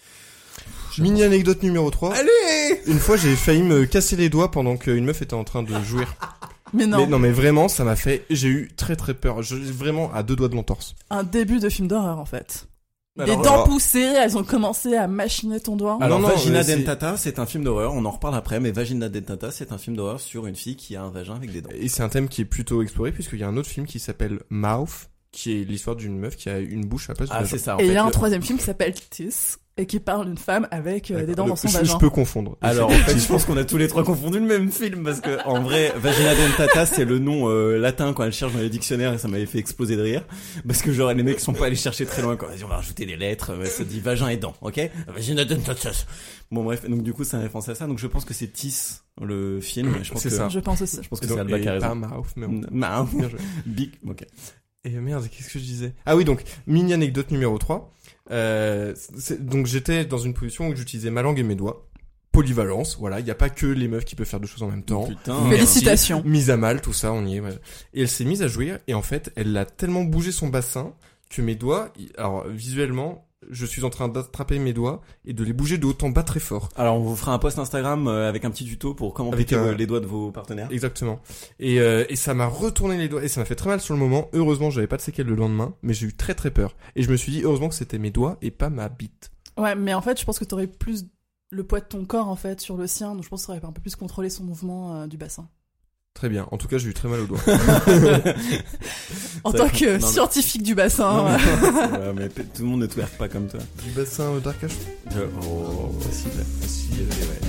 Mini anecdote numéro trois. Allez. Une fois, j'ai failli me casser les doigts pendant qu'une meuf était en train de jouir. Mais non, Mais non, mais vraiment, ça m'a fait, j'ai eu très très peur. Je, vraiment à deux doigts de l'entorse. un début de film d'horreur en fait. Alors, Des dents alors- poussées, elles ont commencé à machiner ton doigt. Alors non, non, Vagina mais c'est- Dentata, c'est un film d'horreur, on en reparle après, mais Vagina Dentata, c'est un film d'horreur sur une fille qui a un vagin avec des dents. Et c'est un thème qui est plutôt exploré puisqu'il y a un autre film qui s'appelle Mouth, qui est l'histoire d'une meuf qui a une bouche à la place Ah, de c'est ça en Et il fait. y a un Le- troisième film qui s'appelle Tiss et qui parle d'une femme avec euh, des dents dans son je, vagin. je peux confondre. Alors en fait, je pense qu'on a tous les trois confondu le même film parce que en vrai, Vagina Dentata, c'est le nom euh, latin quand elle cherche dans les dictionnaires et ça m'avait fait exploser de rire parce que genre les mecs sont pas allés chercher très loin quoi. Vas-y, on va rajouter des lettres, euh, ça dit vagin et dents, OK? Vagina Dentata. Bon bref, donc du coup, ça m'a fait penser à ça. Donc je pense que c'est Tiss le film, je pense C'est que ça. Je pense aussi. je pense que Et c'est donc- Alba et qui a pas raison. Mouth, mais bon. Bah, Bien joué. Big, OK. Et merde, qu'est-ce que je disais? Ah oui, donc, mini anecdote numéro trois. Euh, c'est- donc j'étais dans une position où j'utilisais ma langue et mes doigts. Polyvalence, voilà, il n'y a pas que les meufs qui peuvent faire deux choses en même temps. Putain. Merci. Félicitations. Mise à mal, tout ça, on y est. Ouais. Et elle s'est mise à jouir, et en fait, elle a tellement bougé son bassin que mes doigts, y- alors visuellement, je suis en train d'attraper mes doigts et de les bouger de haut en bas très fort. Alors on vous fera un post Instagram euh, avec un petit tuto pour comment Avec piquer un- vos- les doigts de vos partenaires. Exactement. Et, euh, et ça m'a retourné les doigts, et ça m'a fait très mal sur le moment. Heureusement, j'avais pas de séquelles le lendemain, mais j'ai eu très très peur. Et je me suis dit, heureusement que c'était mes doigts et pas ma bite. Ouais, mais en fait, je pense que t'aurais plus le poids de ton corps en fait sur le sien, donc je pense que t'aurais un peu plus contrôlé son mouvement euh, du bassin. Très bien. En tout cas, j'ai eu très mal aux doigts. En Ça- tant que non, mais- scientifique du bassin. Non, mais, euh, c'est vrai, mais p- tout le monde ne twerk pas comme toi. Du bassin euh, d'Arcachon. Je- Oh, facile, facile, ouais.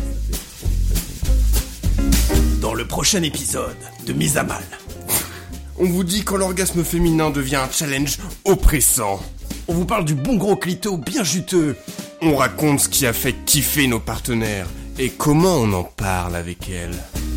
Dans le prochain épisode de Mise à Mal. On vous dit quand l'orgasme féminin devient un challenge oppressant. On vous parle du bon gros clito bien juteux. On raconte ce qui a fait kiffer nos partenaires et comment on en parle avec elles.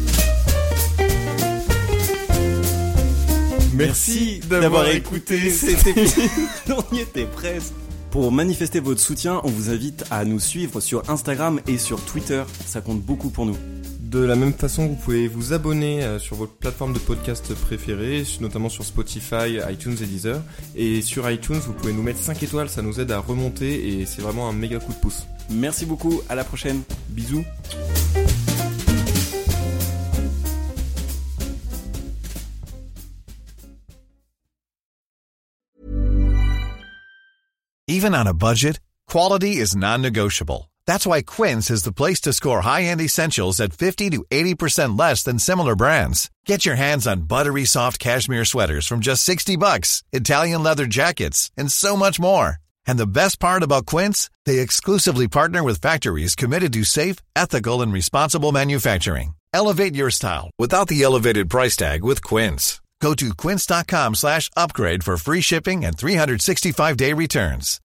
Merci d'avoir écouté cet épisode. On y était presque. Pour manifester votre soutien, on vous invite à nous suivre sur Instagram et sur Twitter. Ça compte beaucoup pour nous. De la même façon, vous pouvez vous abonner euh, sur votre plateforme de podcast préférée, notamment sur Spotify, iTunes et Deezer. Et sur iTunes, vous pouvez nous mettre cinq étoiles, ça nous aide à remonter et c'est vraiment un méga coup de pouce. Merci beaucoup, à la prochaine. Bisous. Even on a budget, quality is non-negotiable. That's why Quince is the place to score high-end essentials at fifty to eighty percent less than similar brands. Get your hands on buttery soft cashmere sweaters from just sixty bucks, Italian leather jackets, and so much more. And the best part about Quince, they exclusively partner with factories committed to safe, ethical, and responsible manufacturing. Elevate your style without the elevated price tag with Quince. Go to quince.com slash upgrade for free shipping and three sixty-five day returns.